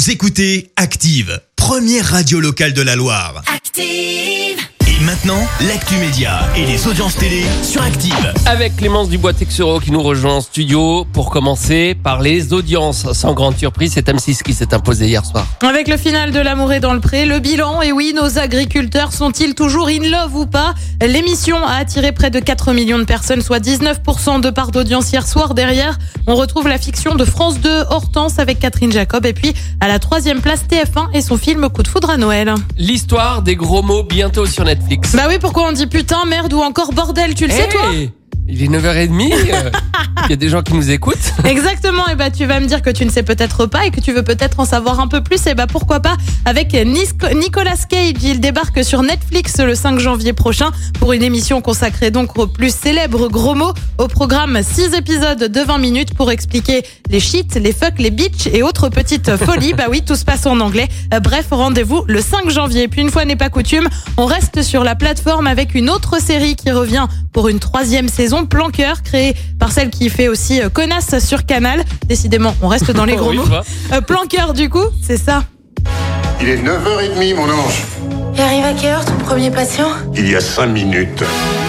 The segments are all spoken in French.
Vous écoutez Active, première radio locale de la Loire. Active! Et maintenant, l'actu média et les audiences télé sur Active. Avec Clémence Dubois-Texero qui nous rejoint en studio pour commencer par les audiences. Sans grande surprise, c'est M6 qui s'est imposé hier soir. Avec le final de L'amour est dans le pré, le bilan, et oui, nos agriculteurs sont-ils toujours in love ou pas? L'émission a attiré près de 4 millions de personnes, soit 19% de part d'audience hier soir. Derrière, on retrouve la fiction de France 2, Hortense avec Catherine Jacob. Et puis, à la 3e place, TF1 et son film Coup de foudre à Noël. L'histoire des gros mots bientôt sur Netflix. Bah oui, pourquoi on dit putain, merde ou encore bordel, tu le sais toi? Il est 9h30, il y a des gens qui nous écoutent. Exactement, et bah tu vas me dire que tu ne sais peut-être pas et que tu veux peut-être en savoir un peu plus, et bah pourquoi pas avec Nicolas Cage. Il débarque sur Netflix le 5 janvier prochain pour une émission consacrée donc aux plus célèbres gros mots. Au programme 6 épisodes de 20 minutes pour expliquer les shit, les fuck, les bitch et autres petites folies. Bah oui, tout se passe en anglais. Bref, rendez-vous le 5 janvier. Puis une fois n'est pas coutume, on reste sur la plateforme avec une autre série qui revient pour une 3e saison. Plan Cœur, créé par celle qui fait aussi Connasse sur Canal. Décidément, on reste dans les gros mots. Plan Cœur, du coup, c'est ça. Il est 9h30, mon ange. Il arrive à quelle heure ton premier patient? Il y a 5 minutes.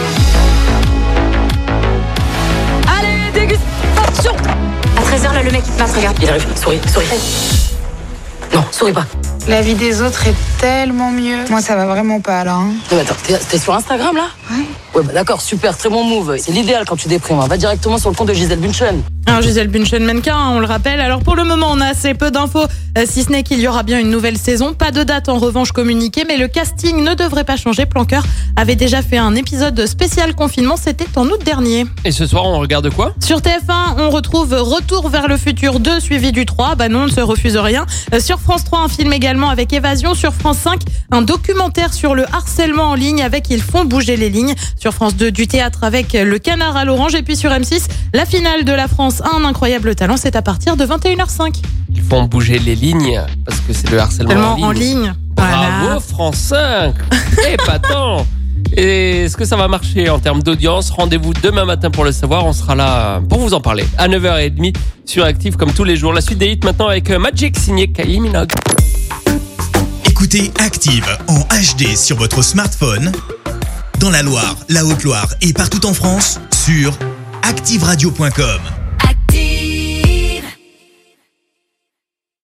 Allez, dégustation. À 13h, là, le mec, il passe, regarde. Il arrive, souris. Non, souris pas. La vie des autres est tellement mieux. Moi, ça va vraiment pas, là. Non, mais attends, t'es sur Instagram, là? Ouais. Ouais, bah d'accord, super, très bon move. C'est l'idéal quand tu déprimes. Va directement sur le compte de Gisèle Bündchen. Alors, Gisèle Bündchen mannequin, on le rappelle. Alors pour le moment, on a assez peu d'infos, si ce n'est qu'il y aura bien une nouvelle saison. Pas de date en revanche communiquée, mais le casting ne devrait pas changer. Plan Cœur avait déjà fait un épisode spécial confinement, c'était en août dernier. Et ce soir, on regarde quoi? Sur TF1, on retrouve Retour vers le futur 2 suivi du 3. Bah non, on ne se refuse rien. Sur France 3, un film également avec Évasion. Sur France 5, un documentaire sur le harcèlement en ligne avec Ils font bouger les lignes. Sur France 2, du théâtre avec Le Canard à l'orange. Et puis sur M6, la finale de la France a un incroyable talent. C'est à partir de 21h05. Ils font bouger les lignes parce que c'est le harcèlement En ligne. Bravo Voilà. France 5. Épatant. Et est-ce que ça va marcher en termes d'audience? Rendez-vous demain matin pour le savoir. On sera là pour vous en parler à 9h30 sur Active comme tous les jours. La suite des hits maintenant avec Magic signé Kylie Minogue. Écoutez Active en HD sur votre smartphone, dans la Loire, la Haute-Loire et partout en France, sur activeradio.com.